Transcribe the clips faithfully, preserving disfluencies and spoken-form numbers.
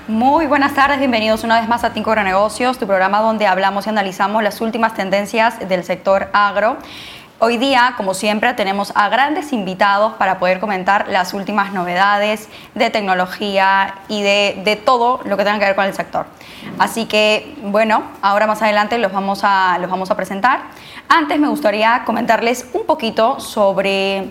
Muy buenas tardes, bienvenidos una vez más a Tinko Agronegocios, tu programa donde hablamos y analizamos las últimas tendencias del sector agro. Hoy día, como siempre, tenemos a grandes invitados para poder comentar las últimas novedades de tecnología y de, de todo lo que tenga que ver con el sector. Así que, bueno, ahora más adelante los vamos a, los vamos a presentar. Antes me gustaría comentarles un poquito sobre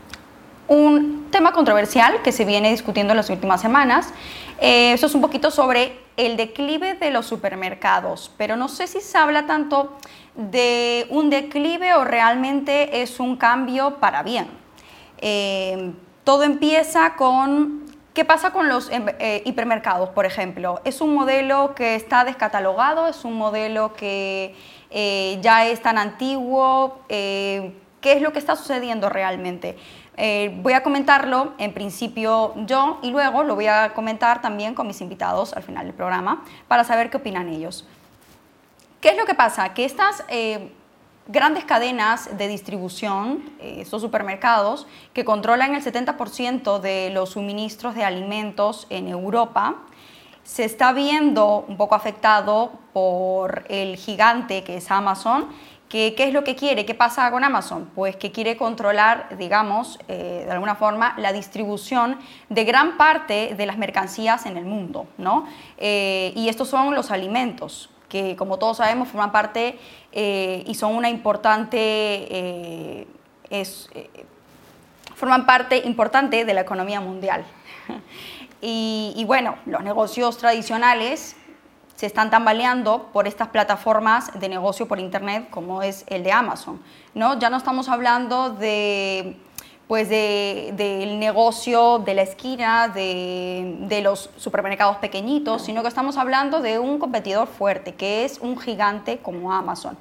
un tema controversial que se viene discutiendo en las últimas semanas. Eh, eso es un poquito sobre el declive de los supermercados, pero no sé si se habla tanto de un declive o realmente es un cambio para bien. Eh, todo empieza con qué pasa con los eh, hipermercados, por ejemplo. ¿Es un modelo que está descatalogado? ¿Es un modelo que eh, ya es tan antiguo? Eh, ¿Qué es lo que está sucediendo realmente? Eh, voy a comentarlo en principio yo y luego lo voy a comentar también con mis invitados al final del programa para saber qué opinan ellos. ¿Qué es lo que pasa? Que estas eh, grandes cadenas de distribución, eh, estos supermercados que controlan el setenta por ciento de los suministros de alimentos en Europa, se está viendo un poco afectado por el gigante que es Amazon. ¿Qué, ¿Qué es lo que quiere? ¿Qué pasa con Amazon? Pues que quiere controlar, digamos, eh, de alguna forma, la distribución de gran parte de las mercancías en el mundo, ¿no? Eh, y estos son los alimentos, que como todos sabemos forman parte eh, y son una importante, eh, es, eh, forman parte importante de la economía mundial. y, y bueno, los negocios tradicionales se están tambaleando por estas plataformas de negocio por internet como es el de Amazon, ¿no? Ya no estamos hablando de, pues de, del negocio de la esquina, de, de los supermercados pequeñitos, sino que estamos hablando de un competidor fuerte, que es un gigante como Amazon.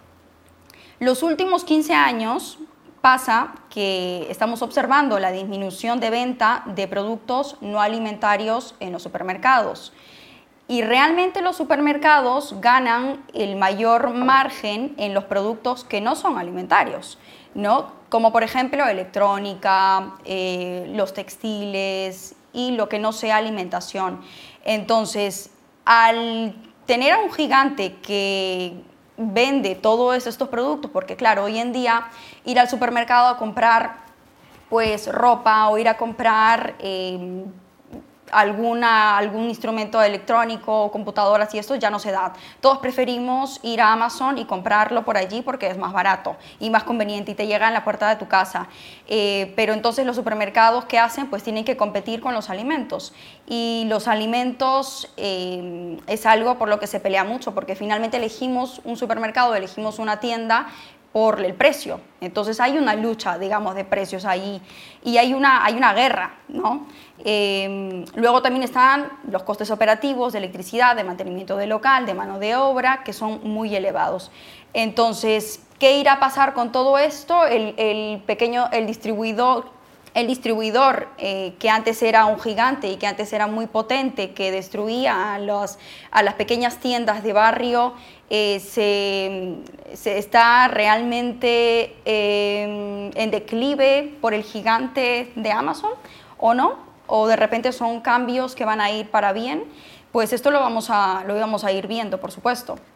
Los últimos quince años pasa que estamos observando la disminución de venta de productos no alimentarios en los supermercados. Y realmente los supermercados ganan el mayor margen en los productos que no son alimentarios, ¿no? Como por ejemplo electrónica, eh, los textiles y lo que no sea alimentación. Entonces, al tener a un gigante que vende todos estos productos, porque claro, hoy en día ir al supermercado a comprar pues ropa o ir a comprar Eh, Alguna, algún instrumento electrónico, computadoras y esto ya no se da. Todos preferimos ir a Amazon y comprarlo por allí porque es más barato y más conveniente y te llega en la puerta de tu casa. Eh, pero entonces los supermercados, ¿qué hacen? Pues tienen que competir con los alimentos. Y los alimentos eh, es algo por lo que se pelea mucho, porque finalmente elegimos un supermercado, elegimos una tienda por el precio. Entonces hay una lucha, digamos, de precios ahí y hay una, hay una guerra, ¿no? Eh, luego también están los costes operativos de electricidad, de mantenimiento del local, de mano de obra, que son muy elevados. Entonces, ¿qué irá a pasar con todo esto? El, el pequeño, el distribuidor, el distribuidor eh, que antes era un gigante y que antes era muy potente, que destruía a, los, a las pequeñas tiendas de barrio, eh, se, se está realmente eh, en declive por el gigante de Amazon, ¿o no? O de repente son cambios que van a ir para bien. Pues esto lo vamos a, lo vamos a ir viendo, por supuesto.